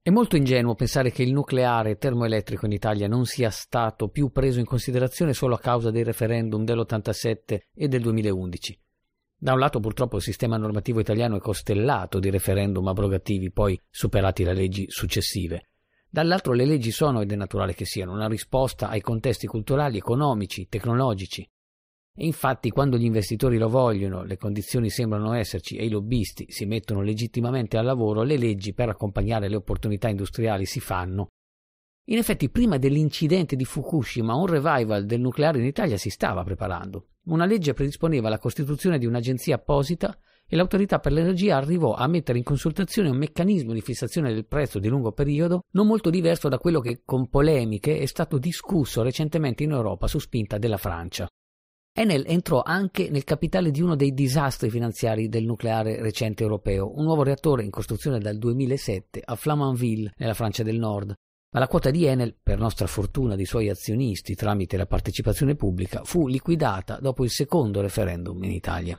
È molto ingenuo pensare che il nucleare termoelettrico in Italia non sia stato più preso in considerazione solo a causa dei referendum dell'87 e del 2011. Da un lato purtroppo il sistema normativo italiano è costellato di referendum abrogativi poi superati da leggi successive. Dall'altro le leggi sono, ed è naturale che siano, una risposta ai contesti culturali, economici, tecnologici. E infatti quando gli investitori lo vogliono, le condizioni sembrano esserci e i lobbisti si mettono legittimamente al lavoro, le leggi per accompagnare le opportunità industriali si fanno. In effetti prima dell'incidente di Fukushima un revival del nucleare in Italia si stava preparando. Una legge predisponeva la costituzione di un'agenzia apposita e l'Autorità per l'Energia arrivò a mettere in consultazione un meccanismo di fissazione del prezzo di lungo periodo non molto diverso da quello che con polemiche è stato discusso recentemente in Europa su spinta della Francia. Enel entrò anche nel capitale di uno dei disastri finanziari del nucleare recente europeo, un nuovo reattore in costruzione dal 2007 a Flamanville, nella Francia del Nord. Ma la quota di Enel, per nostra fortuna dei suoi azionisti tramite la partecipazione pubblica, fu liquidata dopo il secondo referendum in Italia.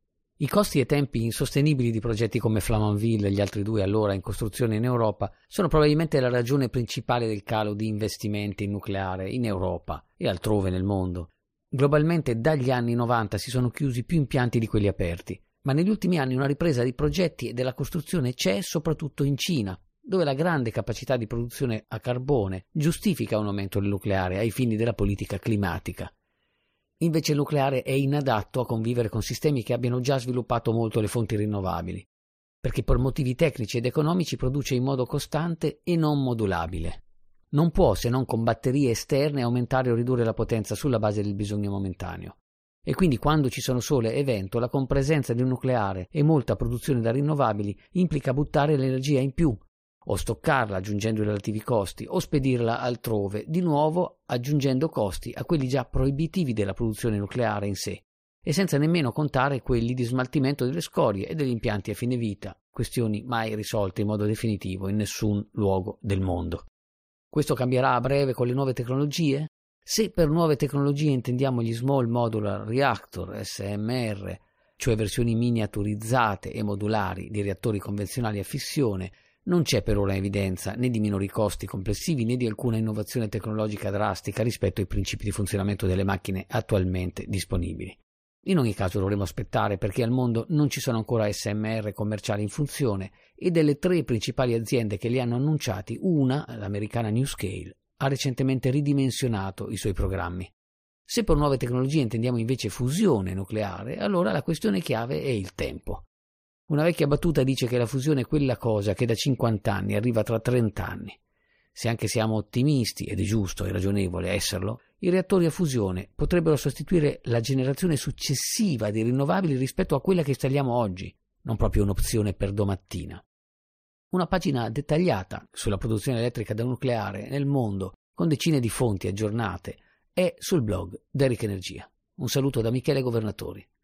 I costi e tempi insostenibili di progetti come Flamanville e gli altri due allora in costruzione in Europa sono probabilmente la ragione principale del calo di investimenti in nucleare in Europa e altrove nel mondo. Globalmente dagli anni 90 si sono chiusi più impianti di quelli aperti, ma negli ultimi anni una ripresa dei progetti e della costruzione c'è soprattutto in Cina, dove la grande capacità di produzione a carbone giustifica un aumento del nucleare ai fini della politica climatica. Invece il nucleare è inadatto a convivere con sistemi che abbiano già sviluppato molto le fonti rinnovabili, perché per motivi tecnici ed economici produce in modo costante e non modulabile. Non può, se non con batterie esterne, aumentare o ridurre la potenza sulla base del bisogno momentaneo. E quindi quando ci sono sole e vento, la compresenza di un nucleare e molta produzione da rinnovabili implica buttare l'energia in più, o stoccarla aggiungendo i relativi costi, o spedirla altrove, di nuovo aggiungendo costi a quelli già proibitivi della produzione nucleare in sé, e senza nemmeno contare quelli di smaltimento delle scorie e degli impianti a fine vita, questioni mai risolte in modo definitivo in nessun luogo del mondo. Questo cambierà a breve con le nuove tecnologie? Se per nuove tecnologie intendiamo gli Small Modular Reactor, SMR, cioè versioni miniaturizzate e modulari di reattori convenzionali a fissione, non c'è per ora evidenza né di minori costi complessivi né di alcuna innovazione tecnologica drastica rispetto ai principi di funzionamento delle macchine attualmente disponibili. In ogni caso dovremo aspettare perché al mondo non ci sono ancora SMR commerciali in funzione e delle 3 principali aziende che li hanno annunciati, una, l'americana NuScale, ha recentemente ridimensionato i suoi programmi. Se per nuove tecnologie intendiamo invece fusione nucleare, allora la questione chiave è il tempo. Una vecchia battuta dice che la fusione è quella cosa che da 50 anni arriva tra 30 anni. Se anche siamo ottimisti, ed è giusto e ragionevole esserlo, i reattori a fusione potrebbero sostituire la generazione successiva di rinnovabili rispetto a quella che installiamo oggi, non proprio un'opzione per domattina. Una pagina dettagliata sulla produzione elettrica da nucleare nel mondo, con decine di fonti aggiornate, è sul blog d'Eric Energia. Un saluto da Michele Governatori.